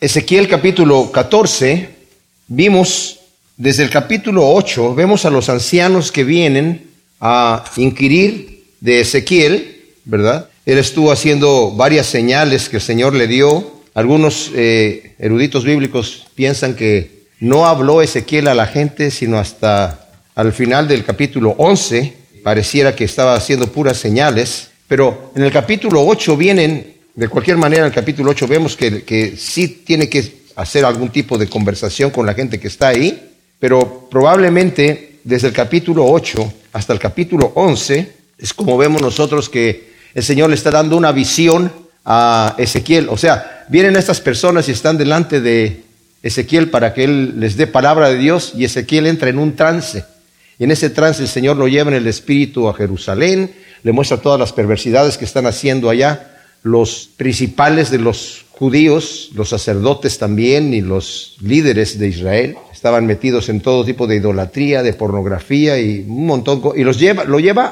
Ezequiel capítulo 14, vimos desde el capítulo 8, vemos a los ancianos que vienen a inquirir de Ezequiel, ¿verdad? Él estuvo haciendo varias señales que el Señor le dio. Algunos eruditos bíblicos piensan que no habló Ezequiel a la gente, sino hasta al final del capítulo 11, pareciera que estaba haciendo puras señales, pero en el capítulo 8 vienen, de cualquier manera en el capítulo 8 vemos que sí tiene que hacer algún tipo de conversación con la gente que está ahí, pero probablemente desde el capítulo 8 hasta el capítulo 11 es como vemos nosotros que el Señor le está dando una visión a Ezequiel. O sea, vienen estas personas y están delante de Ezequiel para que él les dé palabra de Dios, y Ezequiel entra en un trance. Y en ese trance el Señor lo lleva en el espíritu a Jerusalén, le muestra todas las perversidades que están haciendo allá los principales de los judíos, los sacerdotes también y los líderes de Israel. Estaban metidos en todo tipo de idolatría, de pornografía y un montón, y lo lleva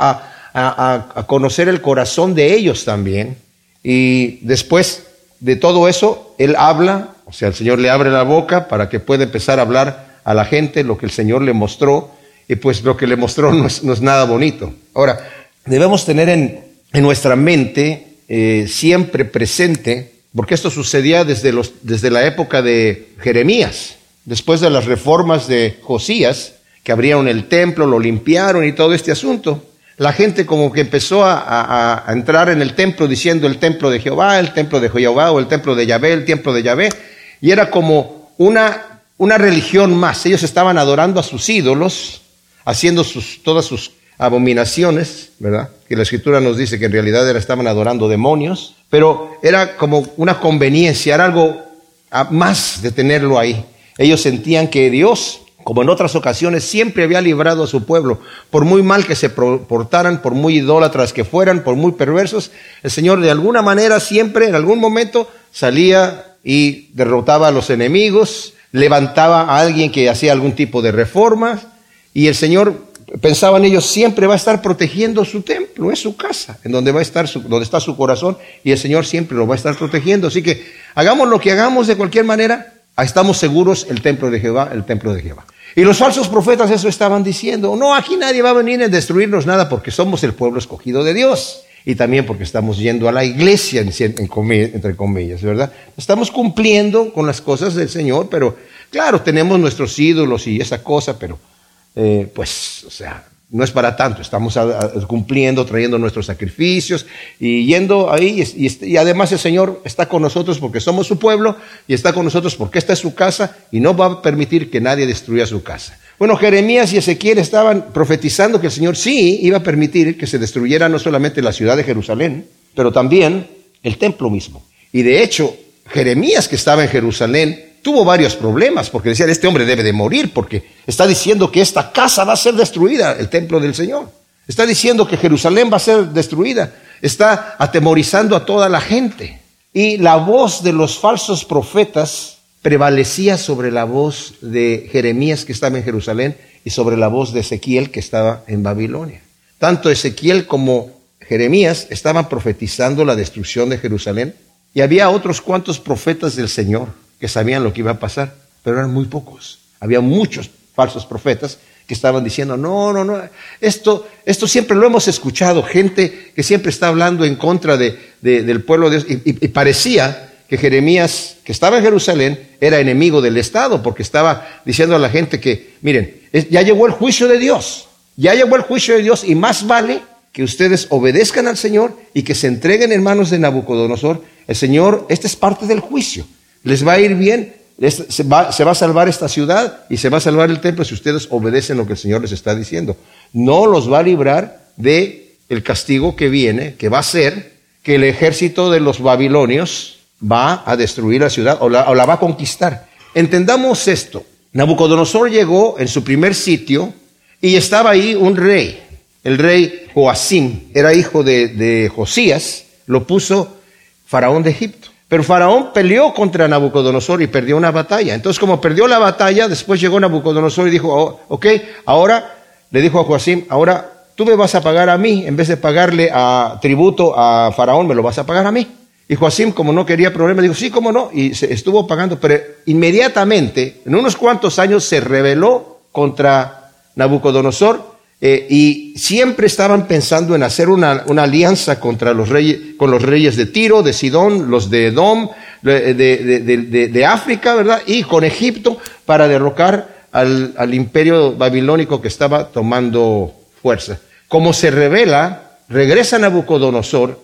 a conocer el corazón de ellos también. Y después de todo eso, él habla, o sea, el Señor le abre la boca para que pueda empezar a hablar a la gente lo que el Señor le mostró, y pues lo que le mostró no es nada bonito. Ahora, debemos tener en nuestra mente siempre presente, porque esto sucedía desde la época de Jeremías, después de las reformas de Josías, que abrieron el templo, lo limpiaron y todo este asunto. La gente como que empezó a entrar en el templo diciendo el templo de Jehová, el templo de Jehová, o el templo de Yahvé, el templo de Yahvé, y era como una religión más. Ellos estaban adorando a sus ídolos, haciendo todas sus abominaciones, ¿verdad? Que la Escritura nos dice que en realidad estaban adorando demonios, pero era como una conveniencia, era algo más de tenerlo ahí. Ellos sentían que Dios, como en otras ocasiones, siempre había librado a su pueblo, por muy mal que se portaran, por muy idólatras que fueran, por muy perversos, el Señor de alguna manera siempre, en algún momento, salía y derrotaba a los enemigos, levantaba a alguien que hacía algún tipo de reforma, y el Señor, pensaban ellos, siempre va a estar protegiendo su templo, es su casa, en donde va a estar donde está su corazón, y el Señor siempre lo va a estar protegiendo. Así que hagamos lo que hagamos, de cualquier manera, estamos seguros, el templo de Jehová, el templo de Jehová. Y los falsos profetas eso estaban diciendo: no, aquí nadie va a venir a destruirnos nada, porque somos el pueblo escogido de Dios, y también porque estamos yendo a la iglesia, entre comillas, ¿verdad? Estamos cumpliendo con las cosas del Señor, pero claro, tenemos nuestros ídolos y esa cosa, pero pues, o sea, no es para tanto. Estamos cumpliendo, trayendo nuestros sacrificios y yendo ahí, y además el Señor está con nosotros porque somos su pueblo, y está con nosotros porque esta es su casa, y no va a permitir que nadie destruya su casa. Bueno, Jeremías y Ezequiel estaban profetizando que el Señor sí iba a permitir que se destruyera no solamente la ciudad de Jerusalén, pero también el templo mismo. Y de hecho, Jeremías, que estaba en Jerusalén, tuvo varios problemas, porque decían: este hombre debe de morir, porque está diciendo que esta casa va a ser destruida, el templo del Señor. Está diciendo que Jerusalén va a ser destruida. Está atemorizando a toda la gente. Y la voz de los falsos profetas prevalecía sobre la voz de Jeremías, que estaba en Jerusalén, y sobre la voz de Ezequiel, que estaba en Babilonia. Tanto Ezequiel como Jeremías estaban profetizando la destrucción de Jerusalén, y había otros cuantos profetas del Señor que sabían lo que iba a pasar, pero eran muy pocos. Había muchos falsos profetas que estaban diciendo: no, esto siempre lo hemos escuchado, gente que siempre está hablando en contra del pueblo de Dios, y parecía que Jeremías, que estaba en Jerusalén, era enemigo del Estado, porque estaba diciendo a la gente que, miren, ya llegó el juicio de Dios, y más vale que ustedes obedezcan al Señor y que se entreguen en manos de Nabucodonosor. El Señor, esta es parte del juicio. Les va a ir bien, se va a salvar esta ciudad y se va a salvar el templo si ustedes obedecen lo que el Señor les está diciendo. No los va a librar de el castigo que viene, que va a ser que el ejército de los babilonios va a destruir la ciudad o la va a conquistar. Entendamos esto. Nabucodonosor llegó en su primer sitio y estaba ahí un rey, el rey Joacim, era hijo de Josías, lo puso Faraón de Egipto. Pero Faraón peleó contra Nabucodonosor y perdió una batalla. Entonces, como perdió la batalla, después llegó Nabucodonosor y dijo: ok, ahora, le dijo a Joacim, ahora tú me vas a pagar a mí, en vez de pagarle tributo a Faraón, me lo vas a pagar a mí. Y Joacim, como no quería problemas, dijo, sí, cómo no, y se estuvo pagando, pero inmediatamente, en unos cuantos años, se rebeló contra Nabucodonosor, y siempre estaban pensando en hacer una alianza contra los reyes, con los reyes de Tiro, de Sidón, los de Edom, de África, ¿verdad? Y con Egipto, para derrocar al imperio babilónico que estaba tomando fuerza. Como se rebela, regresa Nabucodonosor,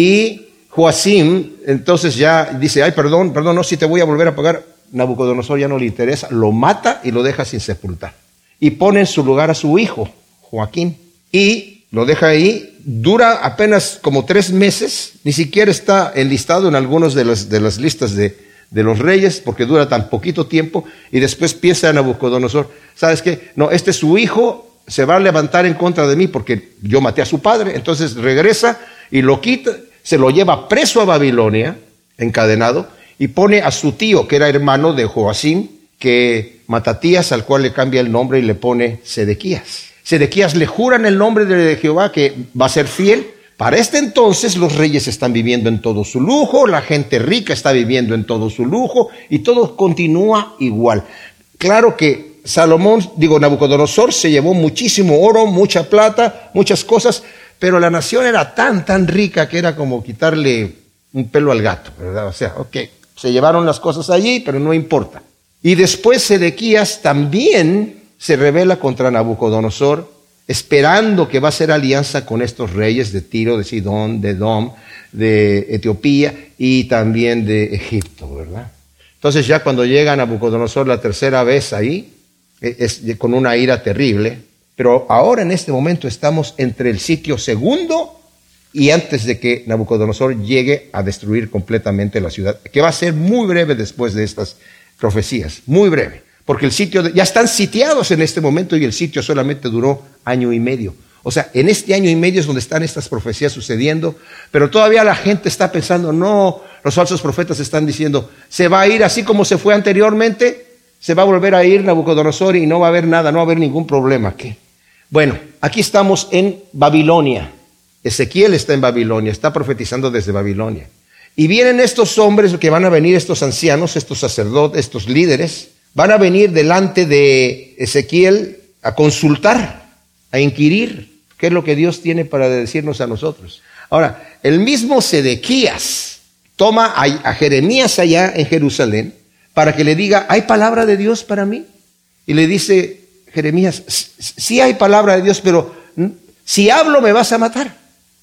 y Joacim entonces ya dice, ay, perdón, no, si te voy a volver a pagar. Nabucodonosor ya no le interesa, lo mata y lo deja sin sepultar. Y pone en su lugar a su hijo, Joaquín, y lo deja ahí. Dura apenas como 3 meses, ni siquiera está enlistado en algunos de las listas de los reyes, porque dura tan poquito tiempo, y después piensa Nabucodonosor, ¿sabes qué? No, este es su hijo, se va a levantar en contra de mí porque yo maté a su padre. Entonces regresa y lo quita, se lo lleva preso a Babilonia, encadenado, y pone a su tío, que era hermano de Joacim, que Matatías, al cual le cambia el nombre y le pone Sedequías. Sedequías le jura en el nombre de Jehová que va a ser fiel. Para este entonces los reyes están viviendo en todo su lujo, la gente rica está viviendo en todo su lujo, y todo continúa igual. Claro que Nabucodonosor se llevó muchísimo oro, mucha plata, muchas cosas, pero la nación era tan rica que era como quitarle un pelo al gato, ¿verdad? O sea, ok, se llevaron las cosas allí, pero no importa. Y después Sedequías también se rebela contra Nabucodonosor, esperando que va a hacer alianza con estos reyes de Tiro, de Sidón, de Edom, de Etiopía y también de Egipto, ¿verdad? Entonces ya cuando llega Nabucodonosor la tercera vez ahí, es con una ira terrible, pero ahora en este momento estamos entre el sitio segundo y antes de que Nabucodonosor llegue a destruir completamente la ciudad, que va a ser muy breve después de estas profecías, muy breve, porque el sitio, ya están sitiados en este momento y el sitio solamente duró 1 año y medio. O sea, en este 1 año y medio es donde están estas profecías sucediendo, pero todavía la gente está pensando, no, los falsos profetas están diciendo, se va a ir así como se fue anteriormente, se va a volver a ir Nabucodonosor y no va a haber nada, no va a haber ningún problema. ¿Qué? Bueno, aquí estamos en Babilonia. Ezequiel está en Babilonia, está profetizando desde Babilonia. Y vienen estos hombres que van a venir, estos ancianos, estos sacerdotes, estos líderes, van a venir delante de Ezequiel a consultar, a inquirir qué es lo que Dios tiene para decirnos a nosotros. Ahora, el mismo Sedequías toma a Jeremías allá en Jerusalén para que le diga, ¿hay palabra de Dios para mí? Y le dice Jeremías, sí hay palabra de Dios, pero si hablo me vas a matar.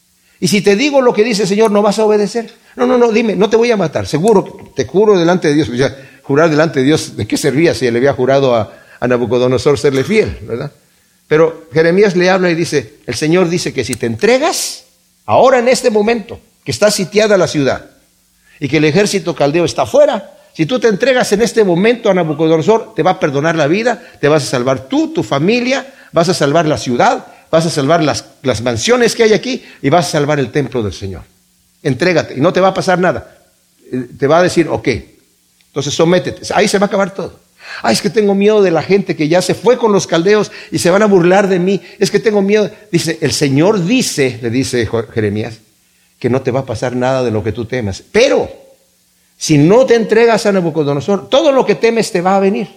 Y si te digo lo que dice el Señor, ¿no vas a obedecer? No, dime, no te voy a matar, seguro, te juro delante de Dios. Ya, jurar delante de Dios, ¿de qué servía si le había jurado a Nabucodonosor serle fiel, verdad? Pero Jeremías le habla y dice, el Señor dice que si te entregas, ahora en este momento, que está sitiada la ciudad, y que el ejército caldeo está afuera, si tú te entregas en este momento a Nabucodonosor, te va a perdonar la vida, te vas a salvar tú, tu familia, vas a salvar la ciudad, vas a salvar las mansiones que hay aquí y vas a salvar el templo del Señor. Entrégate y no te va a pasar nada. Te va a decir, ok, entonces sométete. Ahí se va a acabar todo. Ay, es que tengo miedo de la gente que ya se fue con los caldeos y se van a burlar de mí. Es que tengo miedo. Dice, el Señor dice, le dice Jeremías, que no te va a pasar nada de lo que tú temas. Pero si no te entregas a Nabucodonosor, todo lo que temes te va a venir.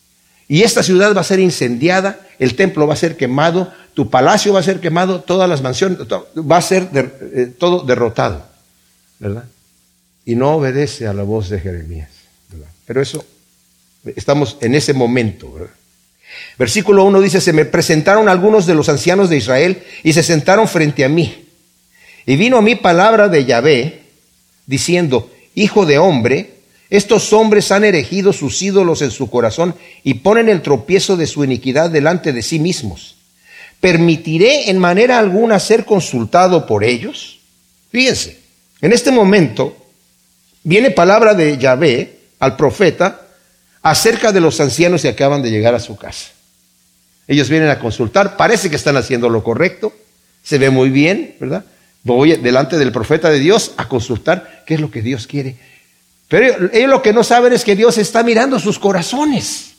Y esta ciudad va a ser incendiada, el templo va a ser quemado, tu palacio va a ser quemado, todas las mansiones, va a ser todo derrotado, ¿verdad? Y no obedece a la voz de Jeremías, ¿verdad? Pero eso, estamos en ese momento, ¿verdad? Versículo 1 dice, se me presentaron algunos de los ancianos de Israel y se sentaron frente a mí. Y vino a mí palabra de Yahvé, diciendo, hijo de hombre, estos hombres han erigido sus ídolos en su corazón y ponen el tropiezo de su iniquidad delante de sí mismos. ¿Permitiré en manera alguna ser consultado por ellos? Fíjense, en este momento viene palabra de Yahvé al profeta acerca de los ancianos que acaban de llegar a su casa. Ellos vienen a consultar, parece que están haciendo lo correcto, se ve muy bien, ¿verdad? Voy delante del profeta de Dios a consultar qué es lo que Dios quiere. Pero ellos lo que no saben es que Dios está mirando sus corazones.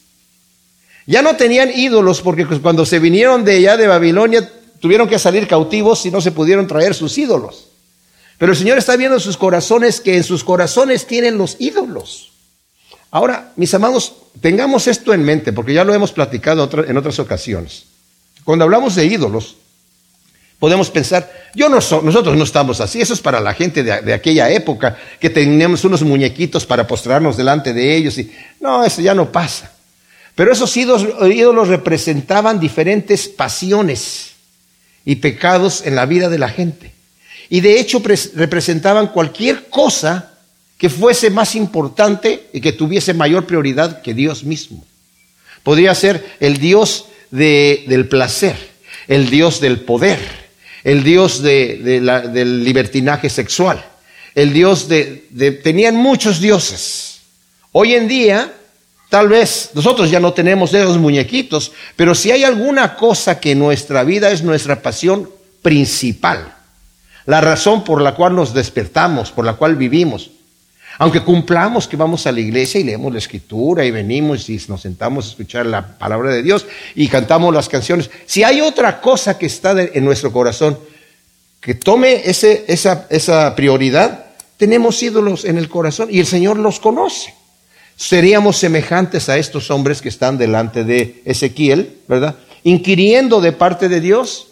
Ya no tenían ídolos porque cuando se vinieron de allá de Babilonia tuvieron que salir cautivos y no se pudieron traer sus ídolos. Pero el Señor está viendo sus corazones, que en sus corazones tienen los ídolos. Ahora, mis amados, tengamos esto en mente, porque ya lo hemos platicado en otras ocasiones. Cuando hablamos de ídolos, podemos pensar, nosotros no estamos así, eso es para la gente de aquella época, que teníamos unos muñequitos para postrarnos delante de ellos. No, eso ya no pasa. Pero esos ídolos representaban diferentes pasiones y pecados en la vida de la gente. Y de hecho representaban cualquier cosa que fuese más importante y que tuviese mayor prioridad que Dios mismo. Podría ser el Dios del placer, el Dios del poder, el Dios del libertinaje sexual, el Dios tenían muchos dioses. Hoy en día, tal vez nosotros ya no tenemos esos muñequitos, pero si hay alguna cosa que en nuestra vida es nuestra pasión principal, la razón por la cual nos despertamos, por la cual vivimos, aunque cumplamos que vamos a la iglesia y leemos la Escritura y venimos y nos sentamos a escuchar la palabra de Dios y cantamos las canciones, si hay otra cosa que está en nuestro corazón que tome esa prioridad, tenemos ídolos en el corazón y el Señor los conoce. Seríamos semejantes a estos hombres que están delante de Ezequiel, ¿verdad? Inquiriendo de parte de Dios,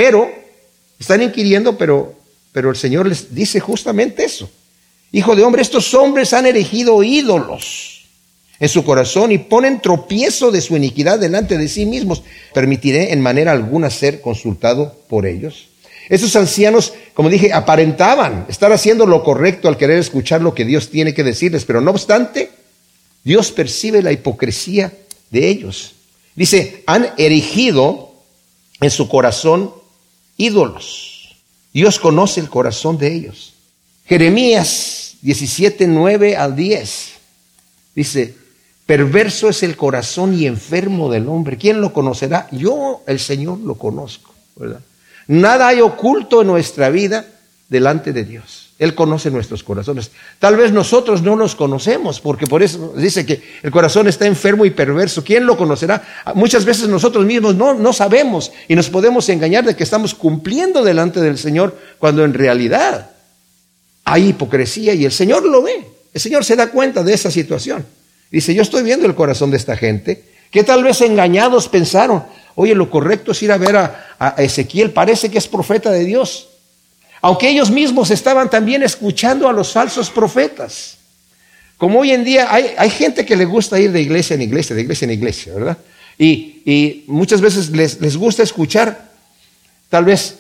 están inquiriendo, pero el Señor les dice justamente eso. Hijo de hombre, estos hombres han erigido ídolos en su corazón y ponen tropiezo de su iniquidad delante de sí mismos. ¿Permitiré en manera alguna ser consultado por ellos? Esos ancianos, como dije, aparentaban estar haciendo lo correcto al querer escuchar lo que Dios tiene que decirles, pero no obstante, Dios percibe la hipocresía de ellos. Dice, han erigido en su corazón ídolos. Dios conoce el corazón de ellos. Jeremías 17, 9 al 10 dice, perverso es el corazón y enfermo del hombre. ¿Quién lo conocerá? Yo, el Señor, lo conozco, ¿verdad? Nada hay oculto en nuestra vida delante de Dios. Él conoce nuestros corazones. Tal vez nosotros no nos conocemos, porque por eso dice que el corazón está enfermo y perverso. ¿Quién lo conocerá? Muchas veces nosotros mismos no sabemos y nos podemos engañar de que estamos cumpliendo delante del Señor, cuando en realidad hay hipocresía y el Señor lo ve. El Señor se da cuenta de esa situación. Dice, yo estoy viendo el corazón de esta gente, que tal vez engañados pensaron, oye, lo correcto es ir a ver a Ezequiel, parece que es profeta de Dios. Aunque ellos mismos estaban también escuchando a los falsos profetas. Como hoy en día hay gente que le gusta ir de iglesia en iglesia, de iglesia en iglesia, ¿verdad? Y muchas veces les gusta escuchar tal vez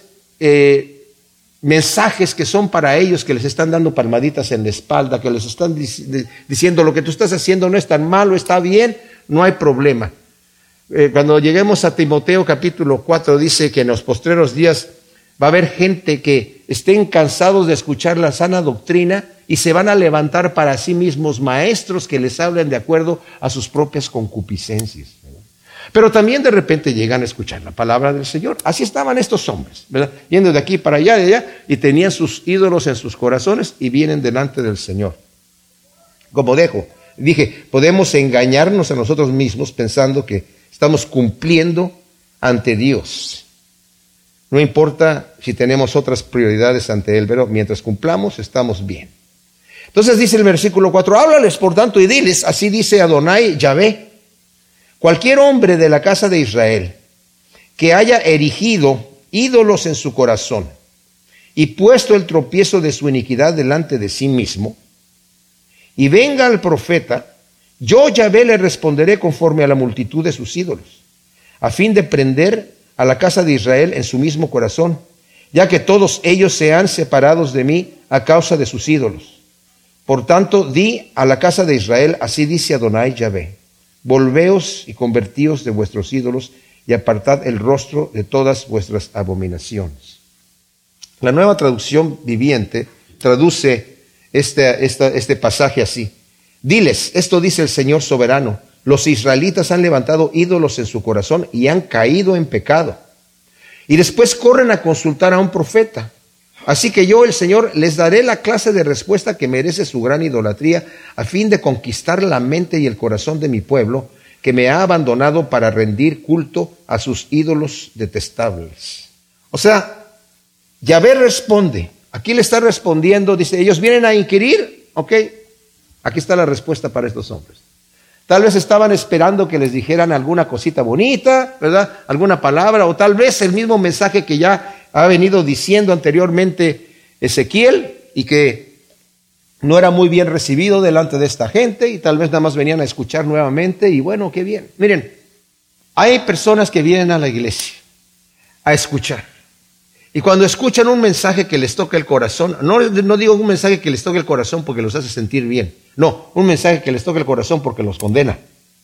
mensajes que son para ellos, que les están dando palmaditas en la espalda, que les están diciendo lo que tú estás haciendo no es tan malo, está bien, no hay problema. Cuando lleguemos a Timoteo capítulo 4 dice que en los postreros días va a haber gente que estén cansados de escuchar la sana doctrina y se van a levantar para sí mismos maestros que les hablen de acuerdo a sus propias concupiscencias, ¿verdad? Pero también de repente llegan a escuchar la palabra del Señor. Así estaban estos hombres, ¿verdad? Yendo de aquí para allá, de allá, y tenían sus ídolos en sus corazones y vienen delante del Señor. Como dije, podemos engañarnos a nosotros mismos pensando que estamos cumpliendo ante Dios. No importa si tenemos otras prioridades ante Él, pero mientras cumplamos, estamos bien. Entonces dice el versículo 4, háblales por tanto y diles, así dice Adonai Yahvé, cualquier hombre de la casa de Israel que haya erigido ídolos en su corazón y puesto el tropiezo de su iniquidad delante de sí mismo, y venga al profeta, yo Yahvé le responderé conforme a la multitud de sus ídolos, a fin de prender a la casa de Israel en su mismo corazón, ya que todos ellos se han separados de mí a causa de sus ídolos. Por tanto, di a la casa de Israel, así dice Adonai Yahvé, volveos y convertíos de vuestros ídolos y apartad el rostro de todas vuestras abominaciones. La Nueva Traducción Viviente traduce este pasaje así. Diles, esto dice el Señor soberano, los israelitas han levantado ídolos en su corazón y han caído en pecado. Y después corren a consultar a un profeta. Así que yo, el Señor, les daré la clase de respuesta que merece su gran idolatría, a fin de conquistar la mente y el corazón de mi pueblo, que me ha abandonado para rendir culto a sus ídolos detestables. O sea, Yahvé responde aquí le está respondiendo, dice, ellos vienen a inquirir, ok, aquí está la respuesta para estos hombres. Tal vez estaban esperando que les dijeran alguna cosita bonita, ¿verdad? Alguna palabra, o tal vez el mismo mensaje que ya ha venido diciendo anteriormente Ezequiel y que no era muy bien recibido delante de esta gente y tal vez nada más venían a escuchar nuevamente y bueno, qué bien. Miren, hay personas que vienen a la iglesia a escuchar y cuando escuchan un mensaje que les toca el corazón, no digo un mensaje que les toque el corazón porque los hace sentir bien, no, un mensaje que les toca el corazón porque los condena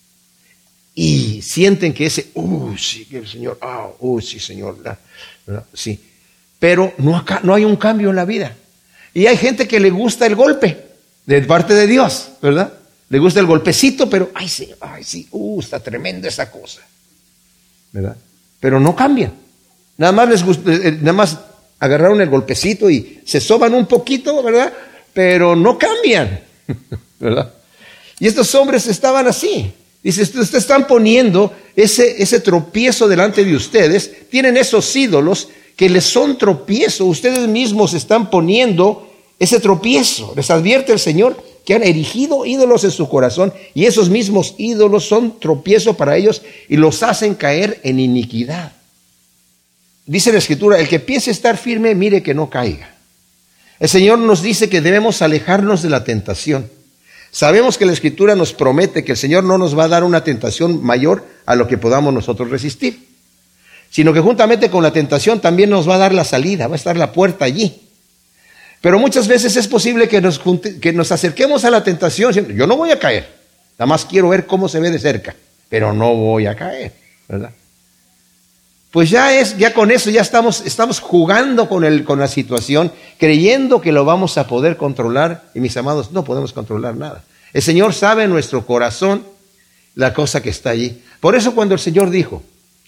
y sienten que ese, sí, que el Señor, sí, Señor, ¿verdad? Sí, pero no hay un cambio en la vida. Y hay gente que le gusta el golpe de parte de Dios, ¿verdad? Le gusta el golpecito, pero, sí, está tremenda esa cosa, ¿verdad? Pero no cambian. Nada más les gusta, nada más agarraron el golpecito y se soban un poquito, ¿verdad? Pero no cambian, ¿verdad? Y estos hombres estaban así. Dice, ustedes están poniendo ese tropiezo delante de ustedes, tienen esos ídolos que les son tropiezo, ustedes mismos están poniendo ese tropiezo. Les advierte el Señor que han erigido ídolos en su corazón y esos mismos ídolos son tropiezo para ellos y los hacen caer en iniquidad. Dice la Escritura, el que piense estar firme, mire que no caiga. El Señor nos dice que debemos alejarnos de la tentación. Sabemos que la Escritura nos promete que el Señor no nos va a dar una tentación mayor a lo que podamos nosotros resistir, sino que juntamente con la tentación también nos va a dar la salida, va a estar la puerta allí. Pero muchas veces es posible que nos acerquemos a la tentación diciendo, yo no voy a caer, nada más quiero ver cómo se ve de cerca, pero no voy a caer, ¿verdad? Pues ya con eso ya estamos jugando con la situación, creyendo que lo vamos a poder controlar, y mis amados, no podemos controlar nada. El Señor sabe en nuestro corazón la cosa que está allí. Por eso cuando el Señor dijo,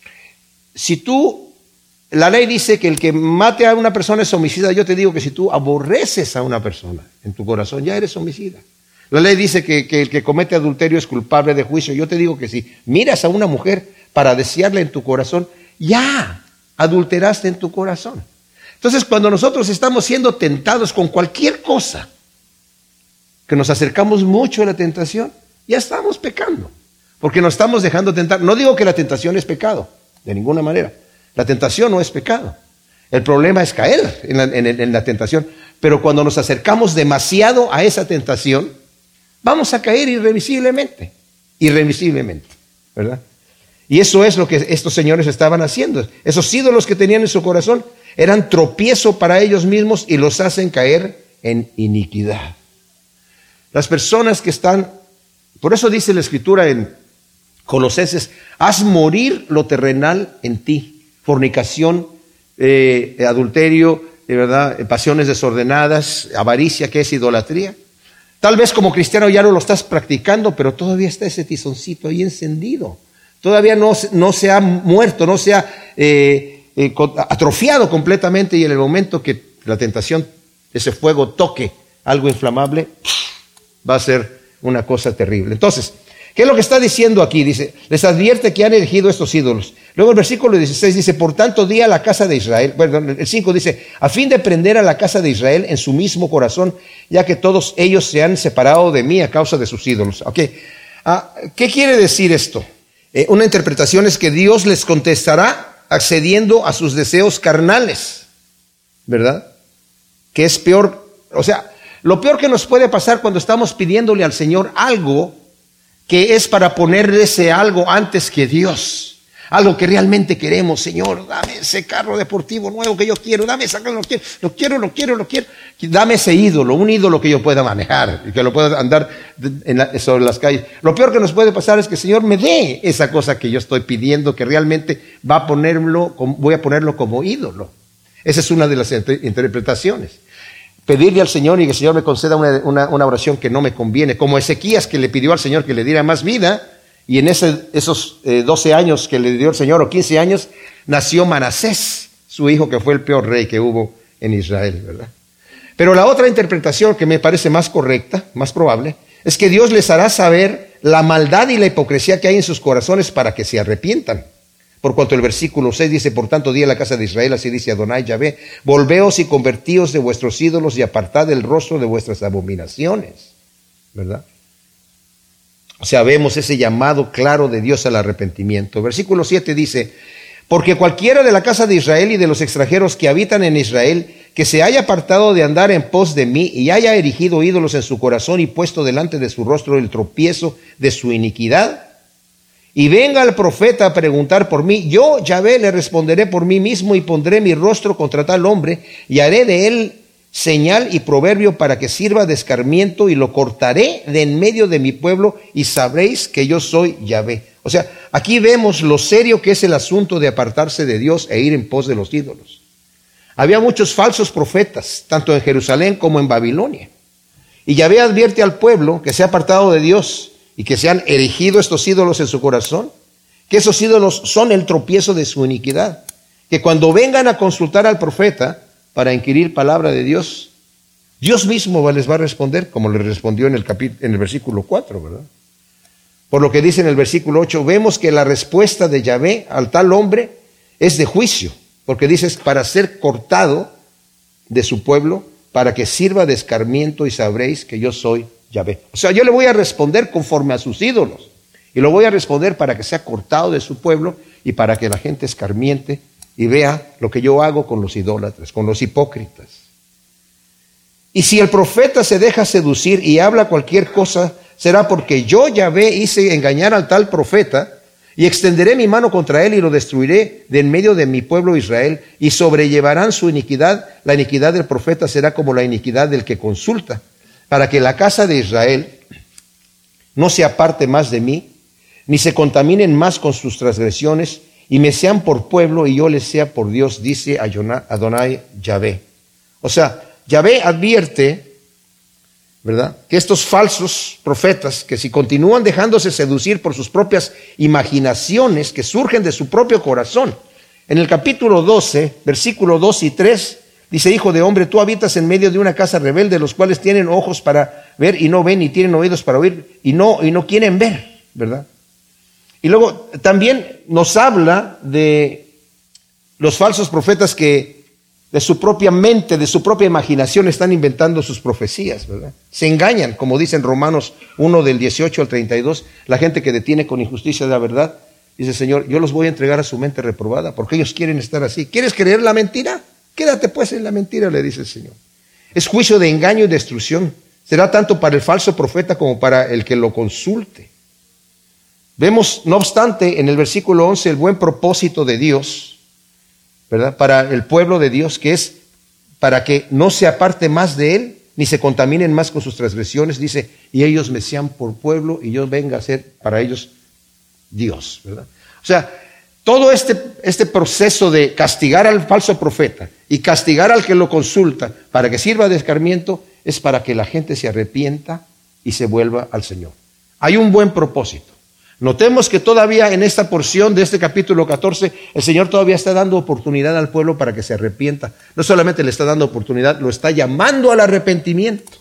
la ley dice que el que mate a una persona es homicida. Yo te digo que si tú aborreces a una persona en tu corazón, ya eres homicida. La ley dice que el que comete adulterio es culpable de juicio. Yo te digo que si miras a una mujer para desearla en tu corazón, ya adulteraste en tu corazón. Entonces, cuando nosotros estamos siendo tentados con cualquier cosa, que nos acercamos mucho a la tentación, ya estamos pecando, porque nos estamos dejando tentar. No digo que la tentación es pecado, de ninguna manera. La tentación no es pecado. El problema es caer en la tentación. Pero cuando nos acercamos demasiado a esa tentación, vamos a caer irremisiblemente, ¿verdad? Y eso es lo que estos señores estaban haciendo. Esos ídolos que tenían en su corazón eran tropiezo para ellos mismos y los hacen caer en iniquidad. Las personas que están, por eso dice la Escritura en Colosenses, haz morir lo terrenal en ti, fornicación, adulterio, ¿verdad? Pasiones desordenadas, avaricia, que es idolatría. Tal vez como cristiano ya no lo estás practicando, pero todavía está ese tizoncito ahí encendido. Todavía no se ha muerto, no se ha atrofiado completamente, y en el momento que la tentación, ese fuego toque algo inflamable, va a ser una cosa terrible. Entonces, ¿qué es lo que está diciendo aquí? Dice, les advierte que han elegido estos ídolos. Luego el versículo 16 dice, por tanto di a la casa de Israel, perdón, el 5 dice, a fin de prender a la casa de Israel en su mismo corazón, ya que todos ellos se han separado de mí a causa de sus ídolos. Okay. ¿Qué quiere decir esto? Una interpretación es que Dios les contestará accediendo a sus deseos carnales, ¿verdad? Que es peor, o sea, lo peor que nos puede pasar cuando estamos pidiéndole al Señor algo que es para ponerle ese algo antes que Dios. Algo que realmente queremos. Señor, dame ese carro deportivo nuevo que yo quiero, dame ese carro, lo quiero. Dame ese ídolo, un ídolo que yo pueda manejar y que lo pueda andar sobre las calles. Lo peor que nos puede pasar es que el Señor me dé esa cosa que yo estoy pidiendo, que realmente voy a ponerlo como ídolo. Esa es una de las interpretaciones. Pedirle al Señor y que el Señor me conceda una oración que no me conviene, como Ezequías, que le pidió al Señor que le diera más vida, y en esos 12 años que le dio el Señor, o 15 años, nació Manasés, su hijo, que fue el peor rey que hubo en Israel, ¿verdad? Pero la otra interpretación que me parece más correcta, más probable, es que Dios les hará saber la maldad y la hipocresía que hay en sus corazones para que se arrepientan. Por cuanto el versículo 6 dice, por tanto di a la casa de Israel, así dice Adonai Yahvé, volveos y convertíos de vuestros ídolos y apartad el rostro de vuestras abominaciones. ¿Verdad? O sea, vemos ese llamado claro de Dios al arrepentimiento. Versículo 7 dice, porque cualquiera de la casa de Israel y de los extranjeros que habitan en Israel, que se haya apartado de andar en pos de mí y haya erigido ídolos en su corazón y puesto delante de su rostro el tropiezo de su iniquidad, y venga el profeta a preguntar por mí, yo, Yahvé, le responderé por mí mismo y pondré mi rostro contra tal hombre y haré de él señal y proverbio para que sirva de escarmiento y lo cortaré de en medio de mi pueblo y sabréis que yo soy Yahvé. O sea, aquí vemos lo serio que es el asunto de apartarse de Dios e ir en pos de los ídolos. Había muchos falsos profetas, tanto en Jerusalén como en Babilonia. Y Yahvé advierte al pueblo que se ha apartado de Dios y que se han erigido estos ídolos en su corazón, que esos ídolos son el tropiezo de su iniquidad, que cuando vengan a consultar al profeta para inquirir palabra de Dios, Dios mismo les va a responder, como le respondió en el versículo 4, ¿verdad? Por lo que dice en el versículo 8, vemos que la respuesta de Yahvé al tal hombre es de juicio, porque dice, para ser cortado de su pueblo, para que sirva de escarmiento y sabréis que yo soy Yahvé. O sea, yo le voy a responder conforme a sus ídolos, y lo voy a responder para que sea cortado de su pueblo y para que la gente escarmiente y vea lo que yo hago con los idólatras, con los hipócritas. Y si el profeta se deja seducir y habla cualquier cosa, será porque yo, Yahvé, hice engañar al tal profeta y extenderé mi mano contra él y lo destruiré de en medio de mi pueblo Israel y sobrellevarán su iniquidad. La iniquidad del profeta será como la iniquidad del que consulta, para que la casa de Israel no se aparte más de mí, ni se contaminen más con sus transgresiones, y me sean por pueblo y yo les sea por Dios, dice Adonai Yahvé. O sea, Yahvé advierte, ¿verdad?, que estos falsos profetas, que si continúan dejándose seducir por sus propias imaginaciones que surgen de su propio corazón, en el capítulo 12, versículo 2 y 3, dice, hijo de hombre, tú habitas en medio de una casa rebelde, los cuales tienen ojos para ver y no ven, y tienen oídos para oír y no quieren ver, ¿verdad? Y luego también nos habla de los falsos profetas que de su propia mente, de su propia imaginación están inventando sus profecías, ¿verdad? Se engañan, como dice en Romanos 1 del 18 al 32, la gente que detiene con injusticia la verdad, dice, Señor, yo los voy a entregar a su mente reprobada, porque ellos quieren estar así. ¿Quieres creer la mentira? Quédate pues en la mentira, le dice el Señor. Es juicio de engaño y destrucción. Será tanto para el falso profeta como para el que lo consulte. Vemos, no obstante, en el versículo 11 el buen propósito de Dios, ¿verdad?, para el pueblo de Dios, que es para que no se aparte más de él, ni se contaminen más con sus transgresiones, dice, y ellos me sean por pueblo y yo venga a ser para ellos Dios, ¿verdad? O sea, todo este proceso de castigar al falso profeta y castigar al que lo consulta para que sirva de escarmiento es para que la gente se arrepienta y se vuelva al Señor. Hay un buen propósito. Notemos que todavía en esta porción de este capítulo 14, el Señor todavía está dando oportunidad al pueblo para que se arrepienta. No solamente le está dando oportunidad, lo está llamando al arrepentimiento.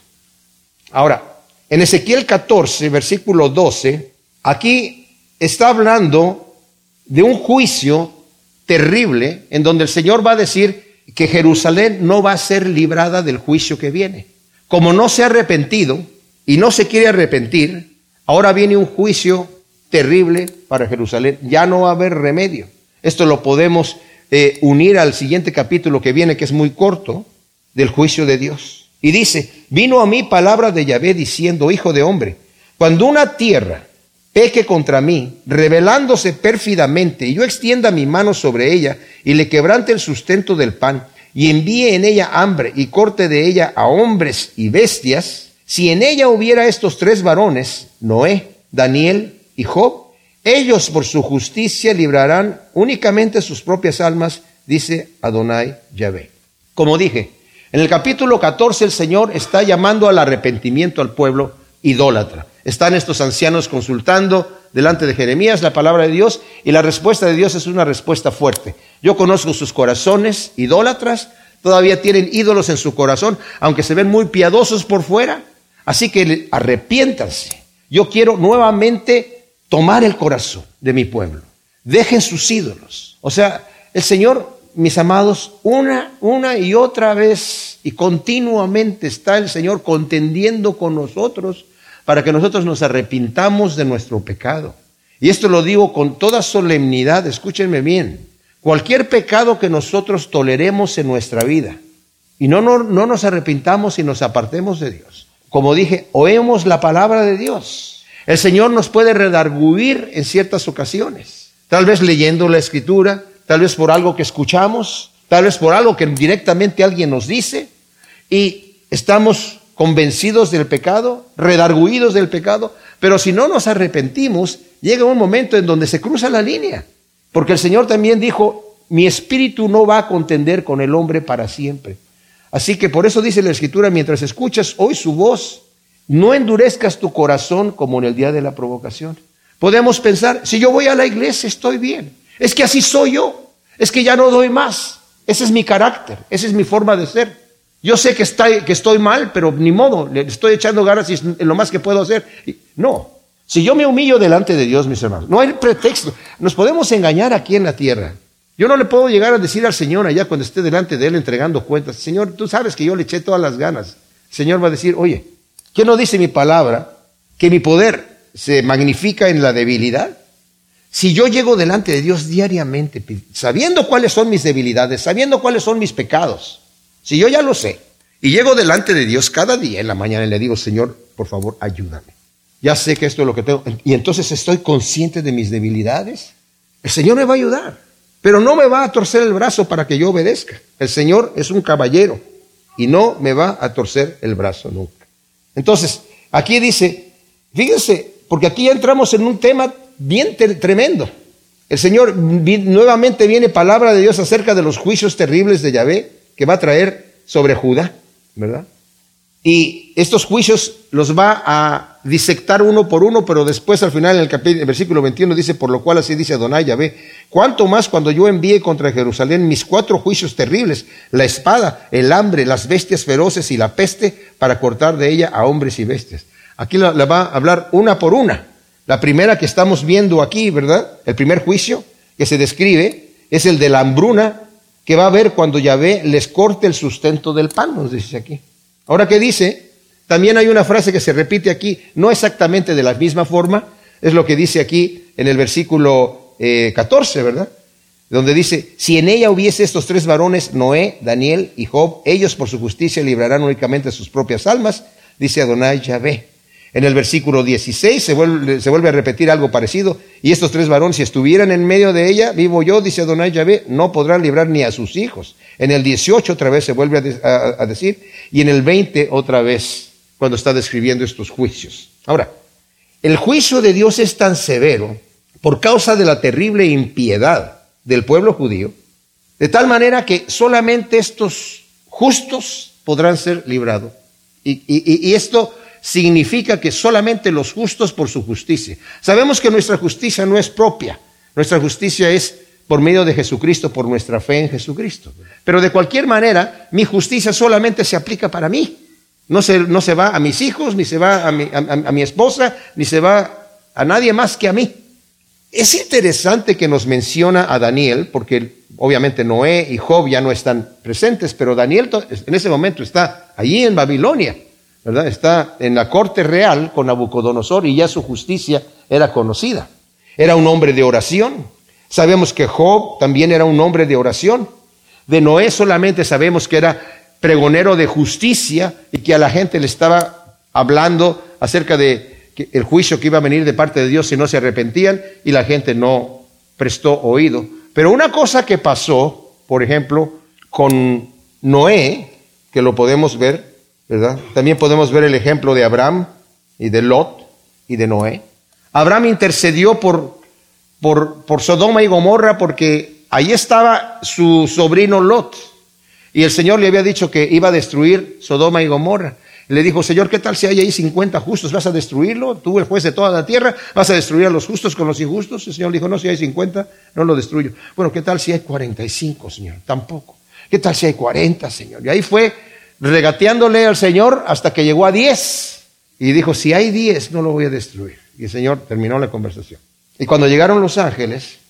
Ahora, en Ezequiel 14, versículo 12, aquí está hablando de un juicio terrible en donde el Señor va a decir que Jerusalén no va a ser librada del juicio que viene. Como no se ha arrepentido y no se quiere arrepentir, ahora viene un juicio terrible para Jerusalén. Ya no va a haber remedio. Esto lo podemos unir al siguiente capítulo que viene, que es muy corto, del juicio de Dios. Y dice, vino a mí palabra de Yahvé diciendo, hijo de hombre, cuando una tierra peque contra mí, rebelándose pérfidamente, y yo extienda mi mano sobre ella, y le quebrante el sustento del pan, y envíe en ella hambre, y corte de ella a hombres y bestias, si en ella hubiera estos tres varones, Noé, Daniel y Job, ellos por su justicia librarán únicamente sus propias almas, dice Adonai Yahvé. Como dije, en el capítulo 14 el Señor está llamando al arrepentimiento al pueblo idólatra. Están estos ancianos consultando delante de Jeremías la palabra de Dios y la respuesta de Dios es una respuesta fuerte. Yo conozco sus corazones idólatras, todavía tienen ídolos en su corazón, aunque se ven muy piadosos por fuera. Así que arrepiéntanse. Yo quiero nuevamente tomar el corazón de mi pueblo, Dejen sus ídolos. O sea, el Señor, mis amados, una y otra vez y continuamente está el Señor contendiendo con nosotros para que nosotros nos arrepintamos de nuestro pecado. Y esto lo digo con toda solemnidad, escúchenme bien. Cualquier pecado que nosotros toleremos en nuestra vida y no nos arrepintamos y nos apartemos de Dios. Como dije, oemos la palabra de Dios. El Señor nos puede redarguir en ciertas ocasiones. Tal vez leyendo la Escritura, tal vez por algo que escuchamos, tal vez por algo que directamente alguien nos dice y estamos convencidos del pecado, redarguidos del pecado, pero si no nos arrepentimos, llega un momento en donde se cruza la línea. Porque el Señor también dijo, mi espíritu no va a contender con el hombre para siempre. Así que por eso dice la Escritura, mientras escuchas hoy su voz, no endurezcas tu corazón como en el día de la provocación. Podemos pensar, si yo voy a la iglesia estoy bien. Es que así soy yo. Es que ya no doy más. Ese es mi carácter. Esa es mi forma de ser. Yo sé que estoy mal, pero ni modo. Le estoy echando ganas y es lo más que puedo hacer. No. Si yo me humillo delante de Dios, mis hermanos, no hay pretexto. Nos podemos engañar aquí en la tierra. Yo no le puedo llegar a decir al Señor allá cuando esté delante de Él entregando cuentas, Señor, tú sabes que yo le eché todas las ganas. El Señor va a decir, oye, ¿qué no dice mi palabra? Que mi poder se magnifica en la debilidad. Si yo llego delante de Dios diariamente, sabiendo cuáles son mis debilidades, sabiendo cuáles son mis pecados, si yo ya lo sé, y llego delante de Dios cada día en la mañana y le digo, Señor, por favor, ayúdame. Ya sé que esto es lo que tengo, y entonces estoy consciente de mis debilidades, el Señor me va a ayudar. Pero no me va a torcer el brazo para que yo obedezca. El Señor es un caballero y no me va a torcer el brazo nunca. Entonces, aquí dice, fíjense, porque aquí ya entramos en un tema bien tremendo. El Señor, nuevamente viene palabra de Dios acerca de los juicios terribles de Yahvé que va a traer sobre Judá, ¿verdad? Y estos juicios los va a disectar uno por uno, pero después al final en el versículo 21 dice, por lo cual así dice Adonai Yahvé, cuánto más cuando yo envíe contra Jerusalén mis 4 juicios terribles, la espada, el hambre, las bestias feroces y la peste, para cortar de ella a hombres y bestias. Aquí la va a hablar una por una. La primera que estamos viendo aquí, ¿verdad? El primer juicio que se describe es el de la hambruna que va a haber cuando Yahvé les corte el sustento del pan, nos dice aquí. Ahora, ¿qué dice? También hay una frase que se repite aquí, no exactamente de la misma forma, es lo que dice aquí en el versículo 14, ¿verdad? Donde dice, si en ella hubiese estos 3 varones, Noé, Daniel y Job, ellos por su justicia librarán únicamente sus propias almas, dice Adonai Yahvé. En el versículo 16 se vuelve a repetir algo parecido, y estos 3 varones, si estuvieran en medio de ella, vivo yo, dice Adonai Yahvé, no podrán librar ni a sus hijos. En el 18 otra vez se vuelve a decir, y en el 20 otra vez, cuando está describiendo estos juicios. Ahora, el juicio de Dios es tan severo por causa de la terrible impiedad del pueblo judío, de tal manera que solamente estos justos podrán ser librados. Y esto significa que solamente los justos por su justicia. Sabemos que nuestra justicia no es propia, nuestra justicia es por medio de Jesucristo, por nuestra fe en Jesucristo. Pero de cualquier manera, mi justicia solamente se aplica para mí. No se va a mis hijos, ni se va a mi esposa, ni se va a nadie más que a mí. Es interesante que nos menciona a Daniel, porque obviamente Noé y Job ya no están presentes, pero Daniel en ese momento está allí en Babilonia, ¿verdad? Está en la corte real con Nabucodonosor y ya su justicia era conocida. Era un hombre de oración. Sabemos que Job también era un hombre de oración. De Noé solamente sabemos que era pregonero de justicia y que a la gente le estaba hablando acerca de el juicio que iba a venir de parte de Dios si no se arrepentían, y la gente no prestó oído. Pero una cosa que pasó, por ejemplo, con Noé, que lo podemos ver, ¿verdad? También podemos ver el ejemplo de Abraham y de Lot y de Noé. Abraham intercedió por Sodoma y Gomorra porque ahí estaba su sobrino Lot. Y el Señor le había dicho que iba a destruir Sodoma y Gomorra. Y le dijo, Señor, ¿qué tal si hay ahí 50 justos? ¿Vas a destruirlo? Tú, el juez de toda la tierra, ¿vas a destruir a los justos con los injustos? El Señor le dijo, no, si hay 50, no lo destruyo. Bueno, ¿qué tal si hay 45, Señor? Tampoco. ¿Qué tal si hay 40, Señor? Y ahí fue regateándole al Señor hasta que llegó a 10. Y dijo, si hay 10, no lo voy a destruir. Y el Señor terminó la conversación. Y cuando llegaron los ángeles,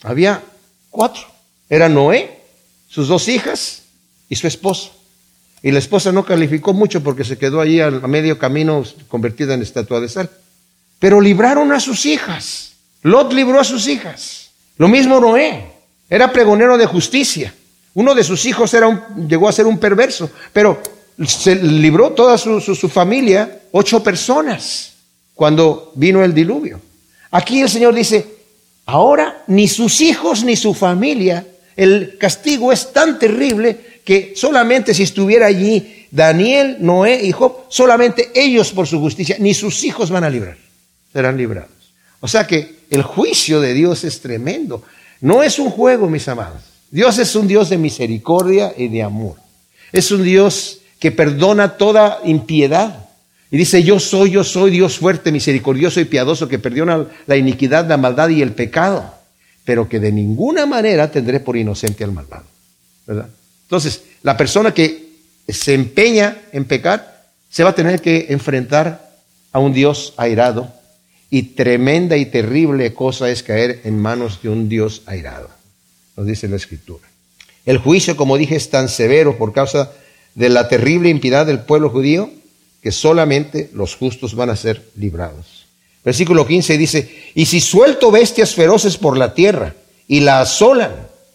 Había 4. Era Noé, sus 2 hijas y su esposa. Y la esposa no calificó mucho porque se quedó allí a medio camino convertida en estatua de sal. Pero libraron a sus hijas. Lot libró a sus hijas. Lo mismo Noé. Era pregonero de justicia. Uno de sus hijos llegó a ser un perverso, pero se libró toda su familia, 8 personas, cuando vino el diluvio. Aquí el Señor dice, ahora ni sus hijos ni su familia, el castigo es tan terrible que solamente si estuviera allí Daniel, Noé y Job, solamente ellos por su justicia, ni sus hijos van a librar, serán librados. O sea que el juicio de Dios es tremendo. No es un juego, mis amados. Dios es un Dios de misericordia y de amor. Es un Dios que perdona toda impiedad. Y dice, yo soy Dios fuerte, misericordioso y piadoso, que perdona la iniquidad, la maldad y el pecado, pero que de ninguna manera tendré por inocente al malvado, ¿verdad? Entonces, la persona que se empeña en pecar se va a tener que enfrentar a un Dios airado, y tremenda y terrible cosa es caer en manos de un Dios airado, nos dice la Escritura. El juicio, como dije, es tan severo por causa de la terrible impiedad del pueblo judío, que solamente los justos van a ser librados. Versículo 15 dice, y si suelto bestias feroces por la tierra, y la asolan,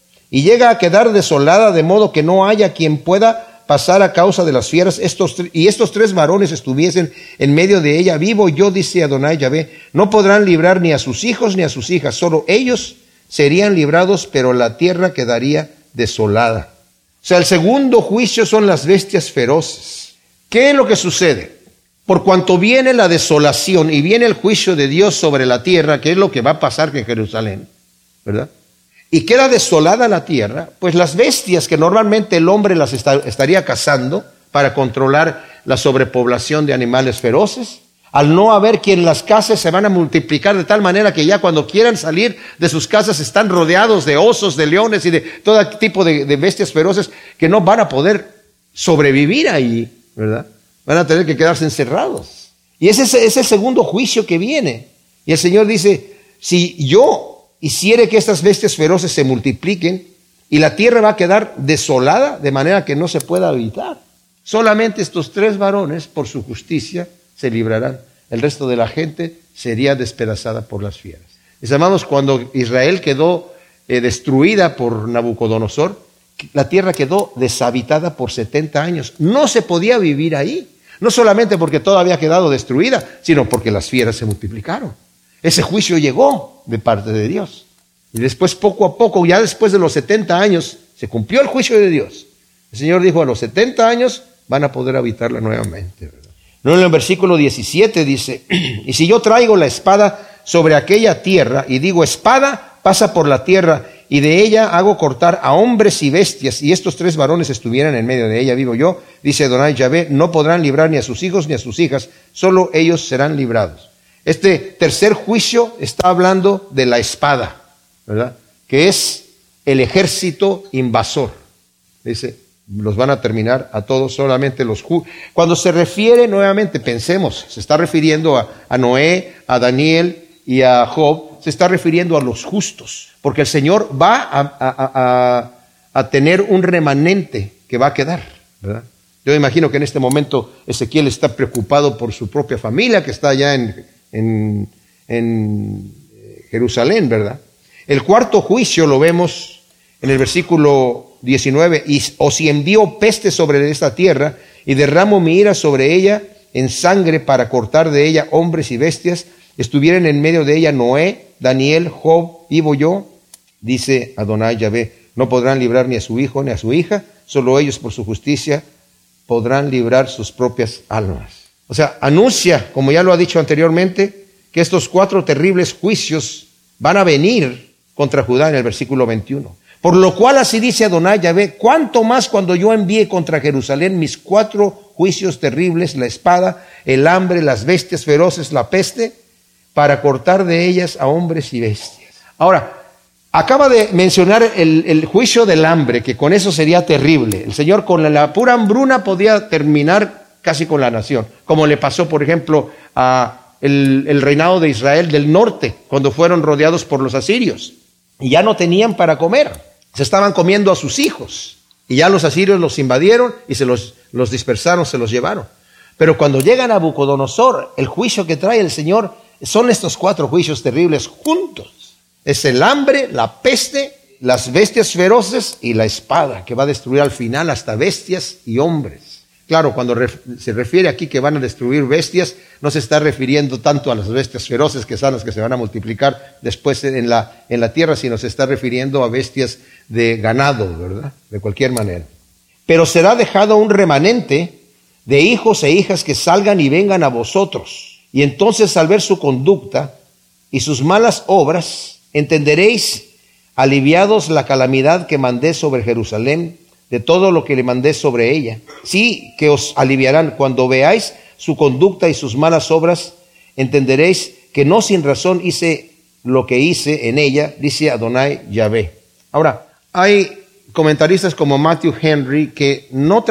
y llega a quedar desolada, de modo que no haya quien pueda pasar a causa de las fieras, estos 3 varones estuviesen en medio de ella, vivo yo, dice Adonai Yahvé, no podrán librar ni a sus hijos ni a sus hijas, solo ellos serían librados, pero la tierra quedaría desolada. O sea, el segundo juicio son las bestias feroces. ¿Qué es lo que sucede? Por cuanto viene la desolación y viene el juicio de Dios sobre la tierra, que es lo que va a pasar en Jerusalén, ¿verdad? Y queda desolada la tierra, pues las bestias que normalmente el hombre las estaría cazando para controlar la sobrepoblación de animales feroces, al no haber quien las case, se van a multiplicar de tal manera que ya cuando quieran salir de sus casas están rodeados de osos, de leones y de todo tipo de bestias feroces que no van a poder sobrevivir ahí, ¿verdad? Van a tener que quedarse encerrados. Y ese es el segundo juicio que viene. Y el Señor dice, si yo hiciere que estas bestias feroces se multipliquen y la tierra va a quedar desolada de manera que no se pueda habitar, solamente estos 3 varones por su justicia se librarán. El resto de la gente sería despedazada por las fieras. Mis hermanos, cuando Israel quedó destruida por Nabucodonosor, la tierra quedó deshabitada por 70 años. No se podía vivir ahí. No solamente porque todo había quedado destruida, sino porque las fieras se multiplicaron. Ese juicio llegó de parte de Dios. Y después, poco a poco, ya después de los 70 años, se cumplió el juicio de Dios. El Señor dijo, a los 70 años van a poder habitarla nuevamente, ¿verdad? No, en el versículo 17 dice, y si yo traigo la espada sobre aquella tierra, y digo, espada pasa por la tierra, y de ella hago cortar a hombres y bestias, y estos 3 varones estuvieran en medio de ella, vivo yo, dice Adonai Yahvé, no podrán librar ni a sus hijos ni a sus hijas, solo ellos serán librados. Este tercer juicio está hablando de la espada, ¿verdad? Que es el ejército invasor. Dice, los van a terminar a todos, solamente los justos. Cuando se refiere, nuevamente pensemos, se está refiriendo a Noé, a Daniel y a Job, se está refiriendo a los justos, porque el Señor va a tener un remanente que va a quedar, ¿verdad? Yo imagino que en este momento Ezequiel está preocupado por su propia familia que está allá en Jerusalén, ¿verdad? El cuarto juicio lo vemos en el versículo 19, o si envío peste sobre esta tierra y derramo mi ira sobre ella en sangre para cortar de ella hombres y bestias, estuvieran en medio de ella Noé, Daniel, Job, vivo yo, dice Adonai Yahvé, no podrán librar ni a su hijo ni a su hija, solo ellos por su justicia podrán librar sus propias almas. O sea, anuncia, como ya lo ha dicho anteriormente, que estos 4 terribles juicios van a venir contra Judá en el versículo 21. Por lo cual así dice Adonai Yahvé, cuánto más cuando yo envíe contra Jerusalén mis 4 juicios terribles, la espada, el hambre, las bestias feroces, la peste, para cortar de ellas a hombres y bestias. Ahora, acaba de mencionar el juicio del hambre, que con eso sería terrible. El Señor con la pura hambruna podía terminar casi con la nación, como le pasó, por ejemplo, a el reinado de Israel del norte, cuando fueron rodeados por los asirios. y ya no tenían para comer. Se estaban comiendo a sus hijos. Y ya los asirios los invadieron y se los dispersaron, se los llevaron. Pero cuando llega Nabucodonosor, el juicio que trae el Señor son estos 4 juicios terribles juntos. Es el hambre, la peste, las bestias feroces y la espada, que va a destruir al final hasta bestias y hombres. Claro, cuando se refiere aquí que van a destruir bestias, no se está refiriendo tanto a las bestias feroces, que son las que se van a multiplicar después en la tierra, sino se está refiriendo a bestias de ganado, ¿verdad? De cualquier manera. Pero será dejado un remanente de hijos e hijas que salgan y vengan a vosotros. Y entonces, al ver su conducta y sus malas obras, entenderéis, aliviados, la calamidad que mandé sobre Jerusalén, de todo lo que le mandé sobre ella. Sí, que os aliviarán. Cuando veáis su conducta y sus malas obras, entenderéis que no sin razón hice lo que hice en ella, dice Adonai Yahvé. Ahora, hay comentaristas como Matthew Henry que no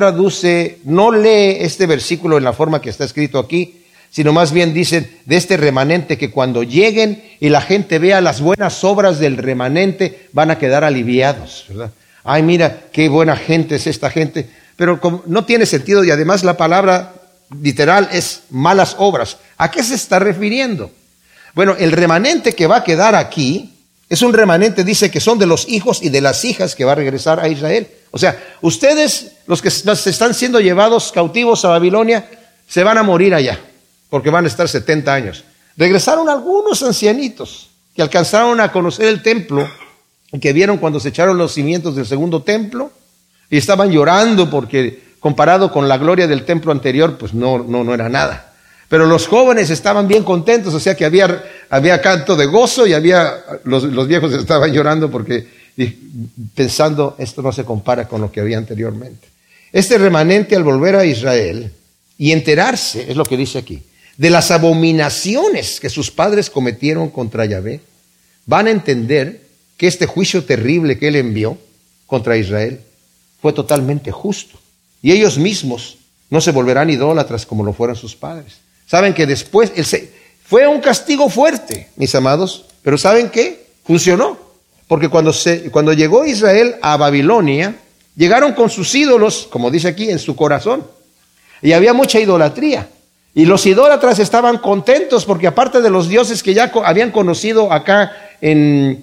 lee este versículo en la forma que está escrito aquí, sino más bien dicen de este remanente, que cuando lleguen y la gente vea las buenas obras del remanente, van a quedar aliviados, ¿verdad? Ay, mira, qué buena gente es esta gente. Pero no tiene sentido, y además la palabra literal es malas obras. ¿A qué se está refiriendo? Bueno, el remanente que va a quedar aquí es un remanente, dice, que son de los hijos y de las hijas que va a regresar a Israel. O sea, ustedes, los que están siendo llevados cautivos a Babilonia, se van a morir allá, porque van a estar 70 años. Regresaron algunos ancianitos que alcanzaron a conocer el templo, que vieron cuando se echaron los cimientos del segundo templo y estaban llorando porque comparado con la gloria del templo anterior, pues no era nada. Pero los jóvenes estaban bien contentos, o sea que había canto de gozo, y los viejos estaban llorando porque pensando, esto no se compara con lo que había anteriormente. Este remanente, al volver a Israel y enterarse, es lo que dice aquí, de las abominaciones que sus padres cometieron contra Yahvé, van a entender que este juicio terrible que él envió contra Israel fue totalmente justo. Y ellos mismos no se volverán idólatras como lo fueron sus padres. Saben que después, fue un castigo fuerte, mis amados, pero ¿saben qué? Funcionó. Porque cuando llegó Israel a Babilonia, llegaron con sus ídolos, como dice aquí, en su corazón. Y había mucha idolatría. Y los idólatras estaban contentos porque aparte de los dioses que ya habían conocido acá en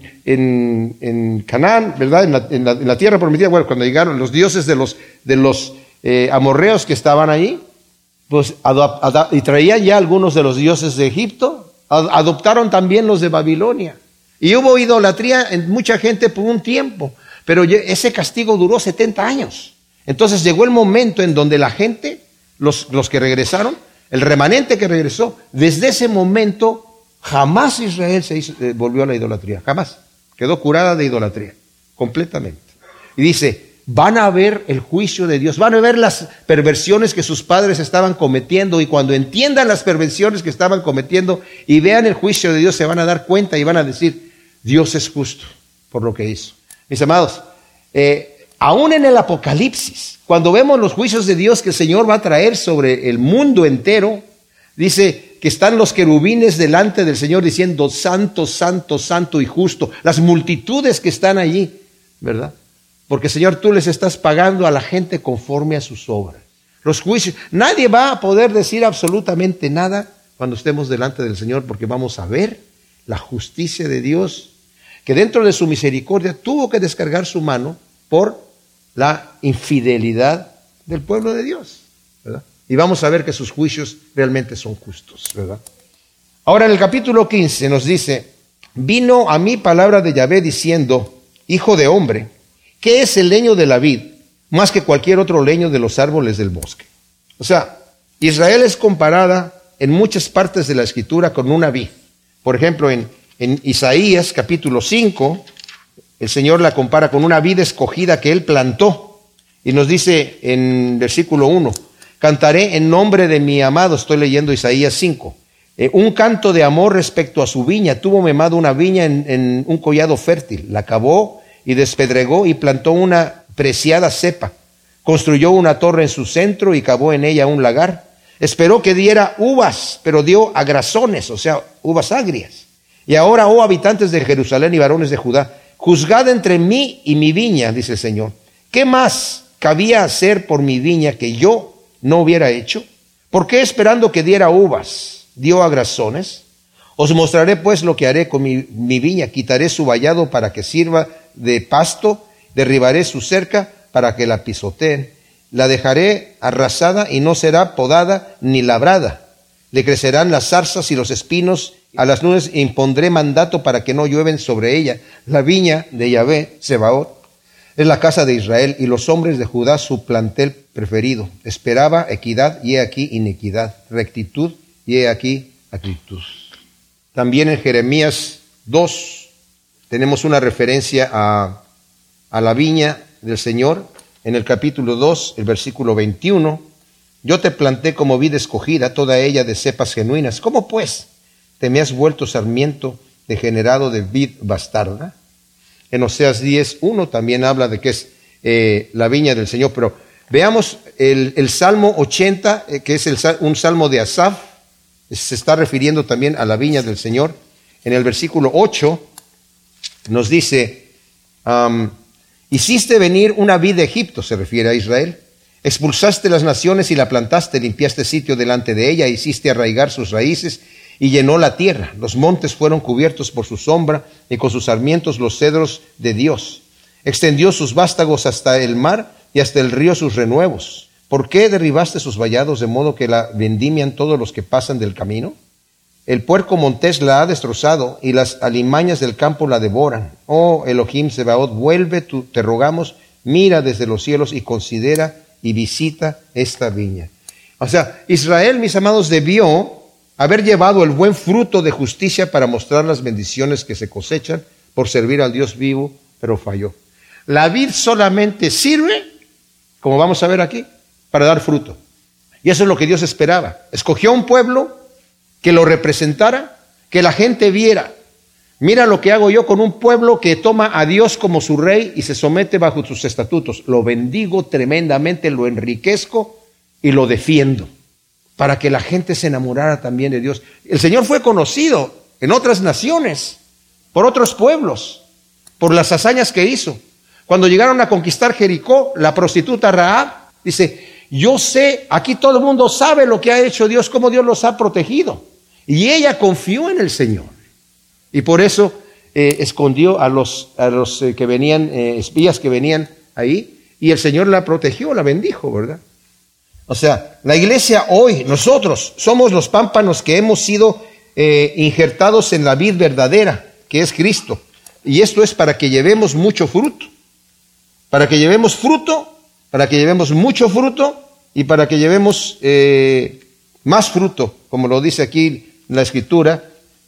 Canaán, ¿verdad? En la tierra prometida, bueno, cuando llegaron los dioses de los amorreos que estaban ahí, pues y traían ya algunos de los dioses de Egipto, adoptaron también los de Babilonia. Y hubo idolatría en mucha gente por un tiempo, pero ese castigo duró 70 años. Entonces llegó el momento en donde la gente, los que regresaron, el remanente que regresó, desde ese momento jamás Israel volvió a la idolatría, jamás. Quedó curada de idolatría, completamente. Y dice, van a ver el juicio de Dios, van a ver las perversiones que sus padres estaban cometiendo, y cuando entiendan las perversiones que estaban cometiendo y vean el juicio de Dios, se van a dar cuenta y van a decir, Dios es justo por lo que hizo. Mis amados, aún en el Apocalipsis, cuando vemos los juicios de Dios que el Señor va a traer sobre el mundo entero, dice que están los querubines delante del Señor diciendo, santo, santo, santo y justo. Las multitudes que están allí, ¿verdad? Porque, Señor, tú les estás pagando a la gente conforme a sus obras. Los juicios, nadie va a poder decir absolutamente nada cuando estemos delante del Señor, porque vamos a ver la justicia de Dios, que dentro de su misericordia tuvo que descargar su mano por la infidelidad del pueblo de Dios, ¿verdad? Y vamos a ver que sus juicios realmente son justos, ¿verdad? Ahora en el capítulo 15 nos dice, vino a mí palabra de Yahvé diciendo, hijo de hombre, ¿qué es el leño de la vid más que cualquier otro leño de los árboles del bosque? O sea, Israel es comparada en muchas partes de la Escritura con una vid. Por ejemplo, en Isaías capítulo 5, el Señor la compara con una vid escogida que Él plantó. Y nos dice en versículo 1, cantaré en nombre de mi amado, estoy leyendo Isaías 5, un canto de amor respecto a su viña. Tuvo mi amado una viña en un collado fértil, la cavó y despedregó y plantó una preciada cepa. Construyó una torre en su centro y cavó en ella un lagar. Esperó que diera uvas, pero dio agrazones, o sea, uvas agrias. Y ahora, oh habitantes de Jerusalén y varones de Judá, Juzgad entre mí y mi viña, dice el Señor. ¿Qué más cabía hacer por mi viña que yo no hubiera hecho? ¿Por qué esperando que diera uvas, dio agrazones? Os mostraré pues lo que haré con mi viña. Quitaré su vallado para que sirva de pasto, derribaré su cerca para que la pisoteen. La dejaré arrasada y no será podada ni labrada. Le crecerán las zarzas y los espinos, a las nubes impondré mandato para que no llueven sobre ella. La viña de Yahvé, Sebaot, es la casa de Israel, y los hombres de Judá su plantel preferido. Esperaba equidad, y he aquí iniquidad; rectitud, y he aquí acritud. También en Jeremías 2 tenemos una referencia a la viña del Señor. En el capítulo 2, el versículo 21, yo te planté como vid escogida, toda ella de cepas genuinas. ¿Cómo pues te me has vuelto sarmiento degenerado de vid bastarda? En Oseas 10:1 también habla de que es la viña del Señor. Pero veamos el Salmo 80, que es un salmo de Asaf. Se está refiriendo también a la viña del Señor. En el versículo 8 nos dice, hiciste venir una vid de Egipto, se refiere a Israel. Expulsaste las naciones y la plantaste, limpiaste sitio delante de ella, hiciste arraigar sus raíces y llenó la tierra. Los montes fueron cubiertos por su sombra, y con sus sarmientos los cedros de Dios. Extendió sus vástagos hasta el mar, y hasta el río sus renuevos. ¿Por qué derribaste sus vallados de modo que la vendimian todos los que pasan del camino? El puerco montés la ha destrozado, y las alimañas del campo la devoran. Oh Elohim Sebaot, vuelve, te rogamos, mira desde los cielos y considera y visita esta viña. O sea, Israel, mis amados, debió haber llevado el buen fruto de justicia para mostrar las bendiciones que se cosechan por servir al Dios vivo, pero falló. La vid solamente sirve, como vamos a ver aquí, para dar fruto. Y eso es lo que Dios esperaba. Escogió un pueblo que lo representara, que la gente viera. Mira lo que hago yo con un pueblo que toma a Dios como su rey y se somete bajo sus estatutos. Lo bendigo tremendamente, lo enriquezco y lo defiendo, para que la gente se enamorara también de Dios. El Señor fue conocido en otras naciones, por otros pueblos, por las hazañas que hizo. Cuando llegaron a conquistar Jericó, la prostituta Rahab dice, yo sé, aquí todo el mundo sabe lo que ha hecho Dios, cómo Dios los ha protegido. Y ella confió en el Señor. Y por eso escondió a los que venían, espías que venían ahí, y el Señor la protegió, la bendijo, ¿verdad? O sea, la iglesia hoy, nosotros somos los pámpanos que hemos sido injertados en la vid verdadera, que es Cristo. Y esto es para que llevemos mucho fruto. Para que llevemos fruto, para que llevemos mucho fruto y para que llevemos más fruto, como lo dice aquí la Escritura.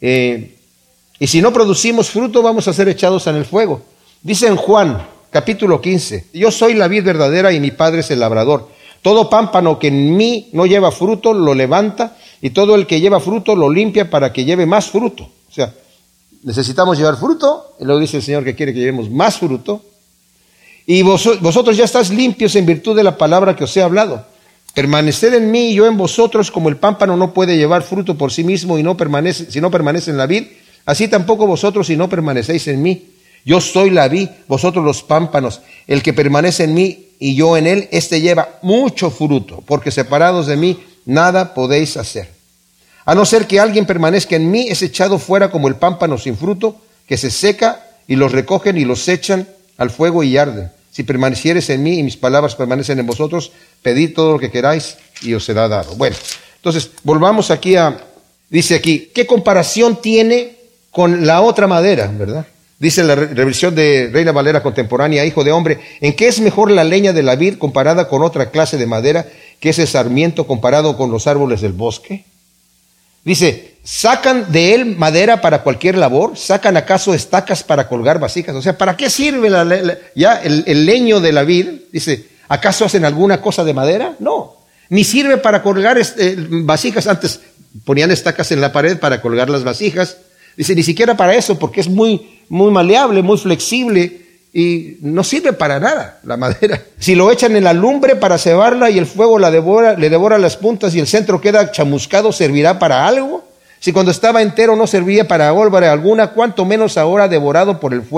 Y si no producimos fruto, vamos a ser echados en el fuego. Dice en Juan, capítulo 15, yo soy la vid verdadera y mi Padre es el labrador. Todo pámpano que en mí no lleva fruto, lo levanta, y todo el que lleva fruto, lo limpia para que lleve más fruto. O sea, necesitamos llevar fruto, y luego dice el Señor que quiere que llevemos más fruto. Y vosotros ya estáis limpios en virtud de la palabra que os he hablado. Permaneced en mí y yo en vosotros, como el pámpano no puede llevar fruto por sí mismo si no permanece en la vid, así tampoco vosotros si no permanecéis en mí. Yo soy la vid, vosotros los pámpanos. El que permanece en mí y yo en él, éste lleva mucho fruto, porque separados de mí nada podéis hacer. A no ser que alguien permanezca en mí, es echado fuera como el pámpano sin fruto, que se seca, y los recogen y los echan al fuego y arden. Si permaneciereis en mí y mis palabras permanecen en vosotros, pedid todo lo que queráis y os será dado. Bueno, entonces volvamos aquí dice aquí, ¿qué comparación tiene con la otra madera, verdad? Dice la revisión de Reina Valera contemporánea, hijo de hombre, ¿en qué es mejor la leña de la vid comparada con otra clase de madera, que es el sarmiento comparado con los árboles del bosque? Dice, ¿sacan de él madera para cualquier labor? ¿Sacan acaso estacas para colgar vasijas? O sea, ¿para qué sirve el leño de la vid? Dice, ¿acaso hacen alguna cosa de madera? No, ni sirve para colgar vasijas. Antes ponían estacas en la pared para colgar las vasijas. Dice, ni siquiera para eso, porque es muy maleable, muy flexible y no sirve para nada la madera. Si lo echan en la lumbre para cebarla y el fuego le devora las puntas y el centro queda chamuscado, ¿servirá para algo? Si cuando estaba entero no servía para obra alguna, cuánto menos ahora devorado por el fuego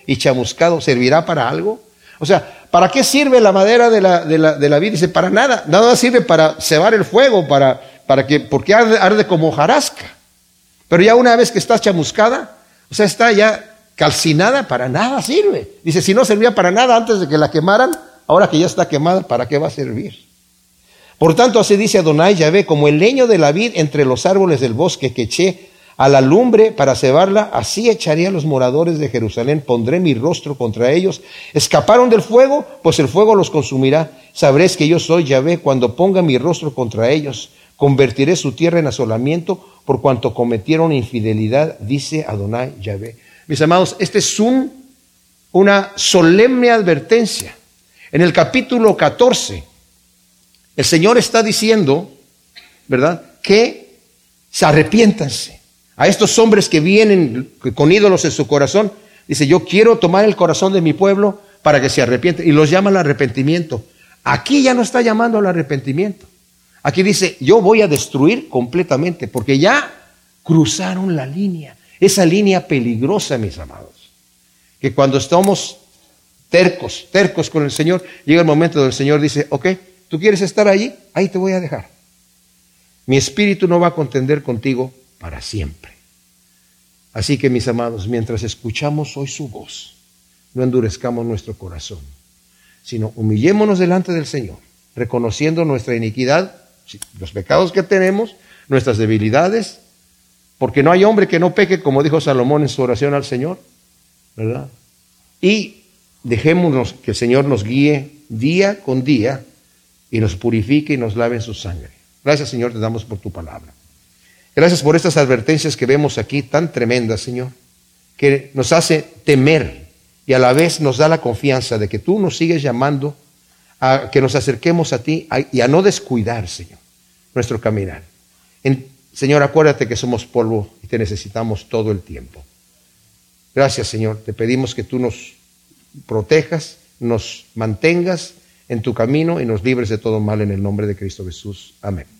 y chamuscado, ¿servirá para algo? O sea, ¿para qué sirve la madera de la vid? Dice, para nada. Nada sirve para cebar el fuego, porque arde como hojarasca. Pero ya una vez que está chamuscada, o sea, está ya calcinada, para nada sirve. Dice, si no servía para nada antes de que la quemaran, ahora que ya está quemada, ¿para qué va a servir? Por tanto, así dice Adonai Yahvé, como el leño de la vid entre los árboles del bosque que eché a la lumbre para cebarla, así echaré a los moradores de Jerusalén, pondré mi rostro contra ellos. Escaparon del fuego, pues el fuego los consumirá. Sabréis que yo soy Yahvé cuando ponga mi rostro contra ellos. Convertiré su tierra en asolamiento por cuanto cometieron infidelidad, dice Adonai Yahvé. Mis amados, esta es una solemne advertencia. En el capítulo 14, el Señor está diciendo, ¿verdad?, que se arrepiéntanse. A estos hombres que vienen con ídolos en su corazón, dice, yo quiero tomar el corazón de mi pueblo para que se arrepienten. Y los llama al arrepentimiento. Aquí ya no está llamando al arrepentimiento. Aquí dice, yo voy a destruir completamente, porque ya cruzaron la línea. Esa línea peligrosa, mis amados. Que cuando estamos tercos con el Señor, llega el momento donde el Señor dice, ok, ¿tú quieres estar allí? Ahí te voy a dejar. Mi espíritu no va a contender contigo para siempre. Así que, mis amados, mientras escuchamos hoy su voz, no endurezcamos nuestro corazón, sino humillémonos delante del Señor, reconociendo nuestra iniquidad, los pecados que tenemos, nuestras debilidades, porque no hay hombre que no peque, como dijo Salomón en su oración al Señor, ¿verdad? Y dejémonos que el Señor nos guíe día con día y nos purifique y nos lave en su sangre. Gracias, Señor, te damos por tu palabra. Gracias por estas advertencias que vemos aquí tan tremendas, Señor, que nos hace temer y a la vez nos da la confianza de que tú nos sigues llamando a que nos acerquemos a ti y a no descuidar, Señor, nuestro caminar. Señor, acuérdate que somos polvo y te necesitamos todo el tiempo. Gracias, Señor. Te pedimos que tú nos protejas, nos mantengas en tu camino y nos libres de todo mal en el nombre de Cristo Jesús. Amén.